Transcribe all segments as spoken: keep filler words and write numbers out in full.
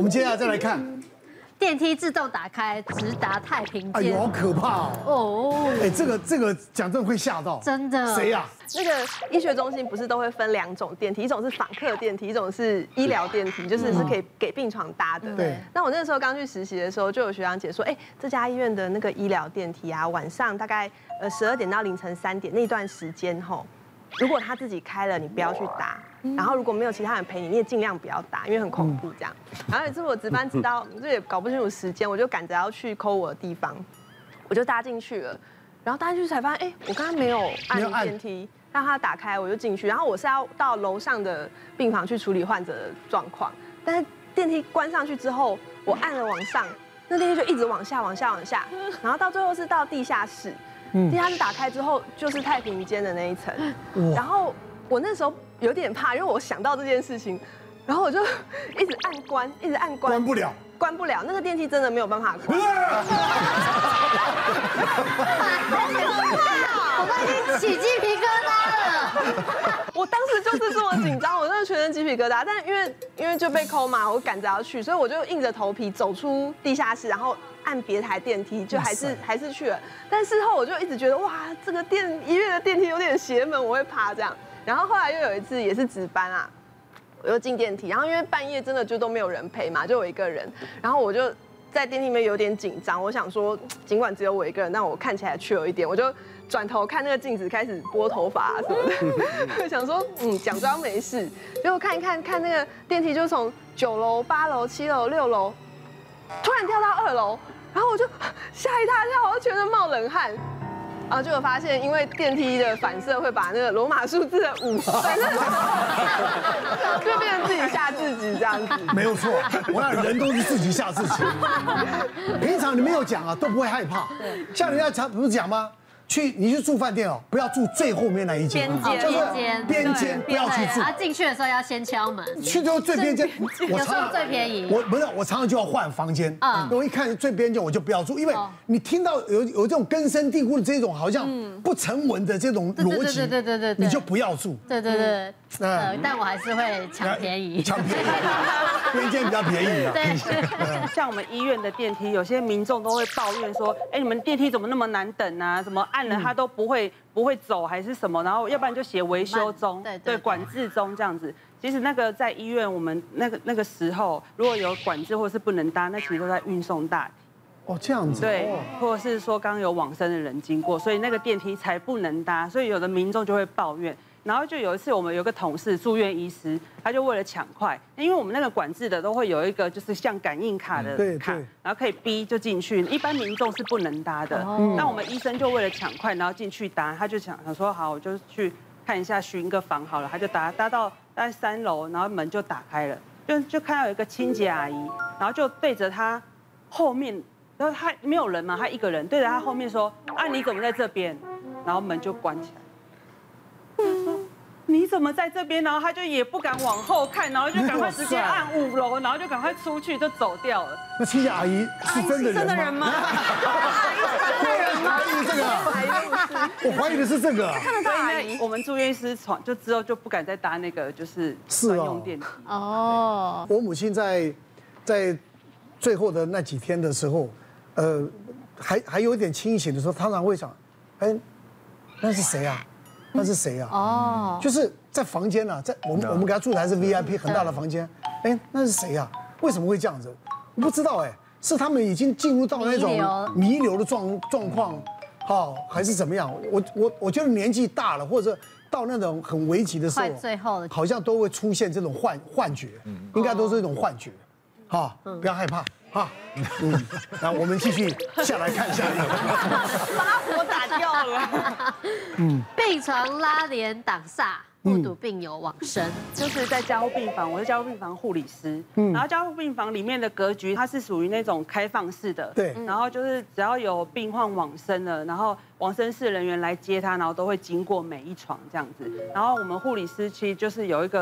我们接下来再来看。 电梯自动打开，直达太平间。 哎呦，好可怕哦！哦，哎，这个这个讲真的会吓到， 真的。 谁呀？ 那个医学中心不是都会分两种电梯，一种是访客电梯，一种是医疗电梯，就是是可以给病床搭的。 对。 那我那时候刚去实习的时候，就有学长姐说，哎，这家医院的那个医疗电梯啊，晚上大概呃十二点到凌晨三点那段时间吼。 如果他自己开了，你不要去搭。然后如果没有其他人陪你，你也尽量不要搭，因为很恐怖这样。然后有一次我值班值到，这也搞不清楚时间，我就赶着要去抠我的地方，我就搭进去了。然后搭进去才发现，哎，我刚刚没有按电梯，让它打开，我就进去。然后我是要到楼上的病房去处理患者的状况，但是电梯关上去之后，我按了往上，那电梯就一直往下、往下、往下，然后到最后是到地下室。 地下室打开之后就是太平间的那一层，然后我那时候有点怕，因为我想到这件事情，然后我就一直按关，一直按关， 关不了， 关不了，那个电梯真的没有办法关。 我都已经起鸡皮疙瘩了。 我当时就是这么紧张，我真的全身鸡皮疙瘩，但因为因为就被扣嘛，我赶着要去，所以我就硬着头皮走出地下室，然后。 按别台电梯，就还是还是去了，但事后我就一直觉得哇，这个电医院的电梯有点邪门，我会怕这样。然后后来又有一次也是值班啊，我又进电梯，然后因为半夜真的就都没有人陪嘛，就我一个人，然后我就在电梯里面有点紧张，我想说尽管只有我一个人，但我看起来缺有一点，我就转头看那个镜子，开始拨头发啊什么的，想说嗯假装没事，结果看一看看那个电梯就从九楼、八楼、七楼、六楼。 突然跳到二楼，然后我就吓一大跳，我就全身冒冷汗。然后结果发现，因为电梯的反射会把那个罗马数字的五，反正就变成自己吓自己这样子。 没有错，我想人都是自己吓自己。平常你没有讲啊，都不会害怕。像人家常不是讲吗？ 去你去住饭店哦，不要住最后面那一间， 边间边间不要去住。 啊，进去的时候要先敲门。 去就最边间， 我常常最便宜。 我不是，我常常就要换房间。嗯，我一看最边间我就不要住，因为你听到有有这种根深蒂固的这种好像不成文的这种逻辑， 对对对对， 你就不要住。 对对对，呃，但我还是会抢便宜， 抢便宜，边间比较便宜啊。 对， 像我们医院的电梯，有些民众都会抱怨说，哎，你们电梯怎么那么难等啊？怎么按了它都不会不会走还是什么？然后要不然就写维修中， 对对，管制中这样子。其实那个在医院，我们那个那个时候如果有管制或是不能搭，那其实都在运送大体。 哦，这样子。 对，或者是说刚刚有往生的人经过，所以那个电梯才不能搭，所以有的民众就会抱怨。然后就有一次，我们有个同事住院医师，他就为了抢快，因为我们那个管制的都会有一个就是像感应卡的卡，然后可以逼就进去，一般民众是不能搭的。那我们医生就为了抢快，然后进去搭，他就想想说好，我就去看一下寻个房好了，他就搭搭到大概三楼，然后门就打开了，就就看到有一个清洁阿姨，然后就对着他后面，然后他没有人嘛，他一个人对着他后面说啊你怎么在这边？然后门就关起来。你怎么在这边？然后他就也不敢往后看，然后就赶快直接按五楼，然后就赶快出去就走掉了。 那清洁阿姨是真的人吗？ 真的人吗？ 真的人吗？怀疑这个，我怀疑的是这个。 看得到阿姨。我们住院医师床就之后就不敢再搭那个就是专用电梯。 哦。 我母亲在在最后的那几天的时候，呃，还还有点清醒的时候，常常会想，哎，那是谁啊？那是谁啊？哦，就是在房间啊，在我们我们给他住的还是 V I P 很大的房间。哎，那是谁啊？为什么会这样子？我不知道哎，是他们已经进入到那种弥留的状状况，好还是怎么样？我我我觉得年纪大了，或者到那种很危急的时候， 最后好像都会出现这种幻幻觉，应该都是一种幻觉，哈，不要害怕。好，嗯，那我们继续下来看下一个， 把火打掉了。 嗯，病床拉帘挡煞，目睹病友往生。 就是在加护病房，我是加护病房护理师，嗯，然后加护病房里面的格局，它是属于那种开放式的， 对， 然后就是只要有病患往生了，然后往生室人员来接他，然后都会经过每一床这样子。然后我们护理师其实就是有一个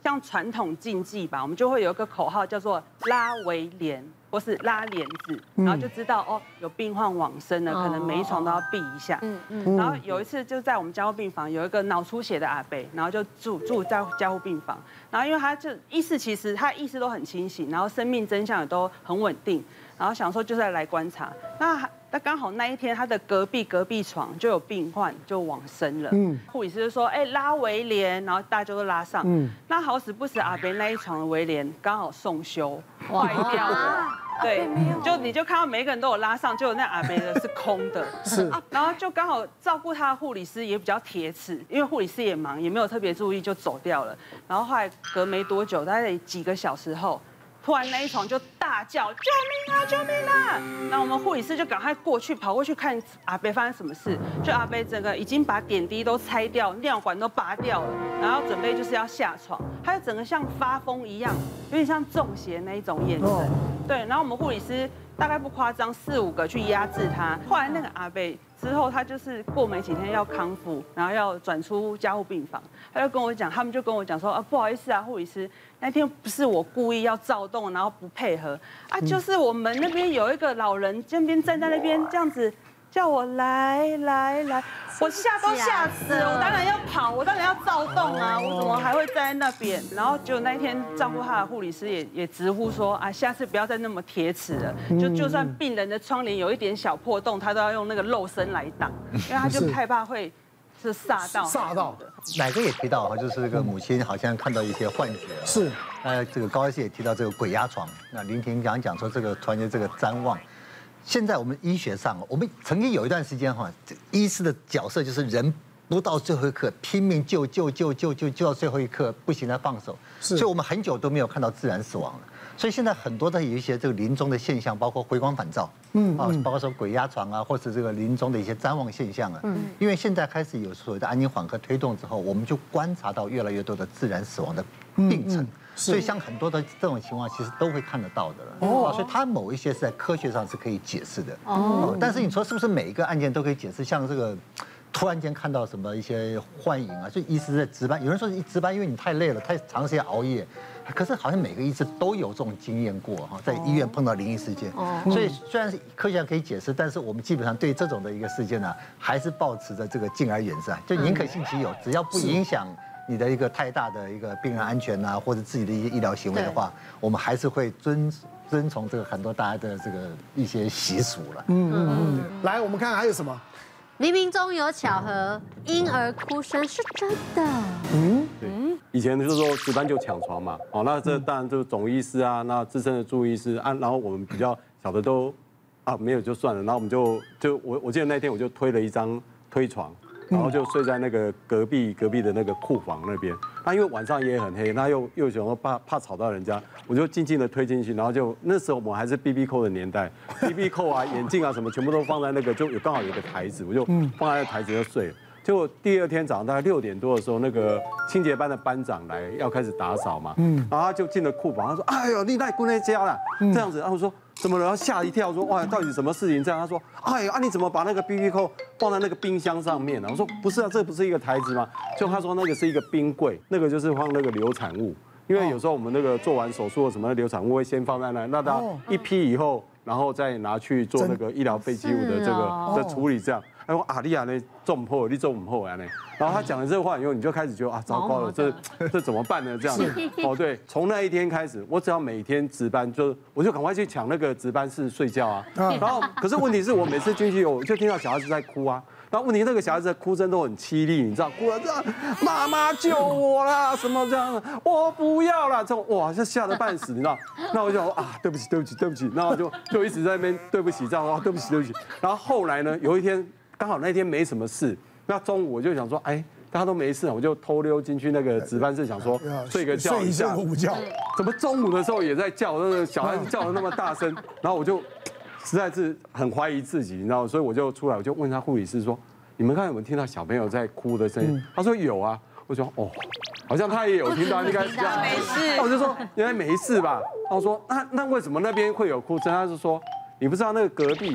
像传统竞技吧，我们就会有一个口号叫做拉围帘或是拉帘子，然后就知道哦有病患往生了，可能每一床都要避一下。嗯嗯。然后有一次就在我们加护病房有一个脑出血的阿伯，然后就住住在加护病房，然后因为他就意识其实他意识都很清醒，然后生命真相也都很稳定，然后想说就是来观察。那那刚好那一天他的隔壁隔壁床就有病患就往生了，嗯，护理师就说哎拉围帘，然后大家都拉上，嗯，那好死不死阿伯那一床的围帘刚好送修坏掉了。对，就你就看到每一个人都有拉上，就有那阿伯的是空的， 是， 然后就刚好照顾他的护理师也比较铁齿，因为护理师也忙，也没有特别注意就走掉了。然后后来隔没多久，大概几个小时后，突然那一床就大叫救命啊救命啊！那我们护理师就赶快过去跑过去看阿伯发生什么事，就阿伯整个已经把点滴都拆掉，尿管都拔掉了，然后准备就是要下床，他就整个像发疯一样，有点像中邪那一种眼神。对，然后我们护理师大概不夸张，四五个去压制他。后来那个阿伯之后，他就是过没几天要康复，然后要转出加护病房，他就跟我讲，他们就跟我讲说啊，不好意思啊，护理师，那天不是我故意要躁动，然后不配合啊，就是我们那边有一个老人这边站在那边这样子。叫我来来来，我吓都吓死了，我当然要跑，我当然要躁动啊，我怎么还会站在那边？然后就那一天照顾他的护理师也也直呼说啊，下次不要再那么铁齿了，就就算病人的窗帘有一点小破洞，他都要用那个肉身来挡，因为他就害怕会是煞到煞到的。乃哥也提到哈，就是这个母亲好像看到一些幻觉， 是， 呃，这个高医师也提到这个鬼压床，那林婷讲讲说这个突然间这个谵妄。现在我们医学上，我们曾经有一段时间哈，医师的角色就是人不到最后一刻拼命救救救救救救到最后一刻不行再放手，所以我们很久都没有看到自然死亡了。所以现在很多的有一些这个临终的现象，包括回光返照，嗯啊，包括说鬼压床啊，或是这个临终的一些谵妄现象啊，嗯，因为现在开始有所谓的安宁缓和推动之后，我们就观察到越来越多的自然死亡的病程。所以像很多的这种情况，其实都会看得到的了。哦，所以它某一些是在科学上是可以解释的。哦，但是你说是不是每一个案件都可以解释？像这个突然间看到什么一些幻影啊，就医师在值班，有人说值班因为你太累了，太长时间熬夜。可是好像每个医师都有这种经验过哈，在医院碰到灵异事件。哦，所以虽然是科学上可以解释，但是我们基本上对这种的一个事件呢，还是保持着这个敬而远之，就宁可信其有，只要不影响你的一个太大的一个病人安全啊，或者自己的一些医疗行为的话，我们还是会遵遵从这个很多大家的这个一些习俗了。嗯嗯嗯。来，我们看看还有什么？ 冥冥中有巧合，婴儿哭声是真的。嗯， 对。以前就是说值班就抢床嘛，哦，那这当然就是总医师啊，那资深的助医师啊，然后我们比较小的都啊没有就算了，然后我们就就我我记得那天我就推了一张推床。然后就睡在那个隔壁隔壁的那个库房那边，那因为晚上也很黑，那又又想说怕怕吵到人家，我就静静的推进去，然后就那时候我们还是 B B 扣的年代，B B 扣啊、眼镜啊什么全部都放在那个就有刚好有个台子，我就放在那台子就睡了。结果第二天早上大概六点多的时候，那个清洁班的班长来要开始打扫嘛，嗯，然后他就进了库房，他说：“哎呦，你那姑那家了，这样子。”然后我说：“怎么了？”然后吓一跳，说：“哇，到底什么事情？”这样他说：“哎呦，啊你怎么把那个 B B 扣放在那个冰箱上面呢？”我说：“不是啊，这不是一个台子吗？”就他说那个是一个冰柜，那个就是放那个流产物，因为有时候我们那个做完手术或什么流产物会先放在那，那到一批以后，然后再拿去做那个医疗废弃物的这个的处理，这样。他说啊，你啊呢做不好，你做不好啊呢。然后他讲了这话以后，你就开始觉得啊，糟糕了，这这怎么办呢？这样子。哦，对，从那一天开始，我只要每天值班，就我就赶快去抢那个值班室睡觉啊。然后，可是问题是我每次进去，我就听到小孩子在哭啊。然后问题那个小孩子的哭声都很凄厉，你知道，哭了这样，妈妈救我啦，什么这样，我不要啦，这种哇，就吓得半死，你知道。那我就说啊，对不起，对不起，对不起。然后就就一直在那边对不起，这样啊，对不起，对不起。然后后来呢，有一天。刚好那天没什么事，那中午我就想说，哎，大家都没事，我就偷溜进去那个值班室，想说睡个觉一下。睡午觉，怎么中午的时候也在叫，那个小孩子叫的那么大声，然后我就实在是很怀疑自己，你知道，所以我就出来，我就问他护理师说，你们刚才有没有听到小朋友在哭的声音？他说有啊，我说哦，好像他也有听到，应该是这样。 没事， 我就说原来没事吧？然后说那那为什么那边会有哭声？他是说你不知道那个隔壁啊。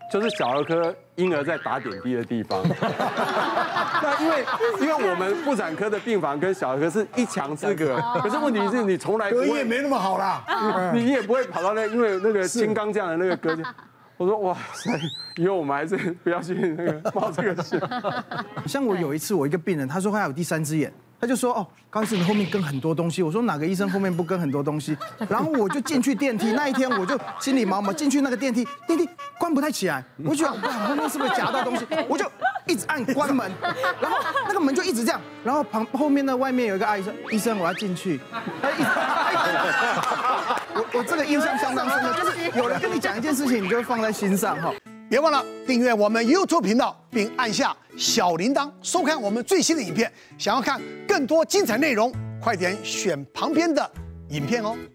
就是小儿科婴儿在打点滴的地方。那因为因为我们妇产科的病房跟小儿科是一墙之隔，可是问题是你从来不会， 隔夜没那么好啦， 你也不会跑到那，因为那个金刚这样的那个隔间。我说哇塞，以后我们还是不要去那个冒这个险。 像我有一次，我一个病人，他说他有第三只眼。他就说哦，高医生你后面跟很多东西。我说哪个医生后面不跟很多东西？然后我就进去电梯，那一天我就心里毛毛，进去那个电梯，电梯关不太起来，我就觉得哇后面是不是夹到东西？我就一直按关门，然后那个门就一直这样，然后旁后面的外面有一个阿姨说医生我要进去，他一直，我我这个印象相当深的，就是有人跟你讲一件事情，你就会放在心上哈。 别忘了订阅我们 YouTube 频道，并按下小铃铛，收看我们最新的影片。想要看更多精彩内容，快点选旁边的影片哦。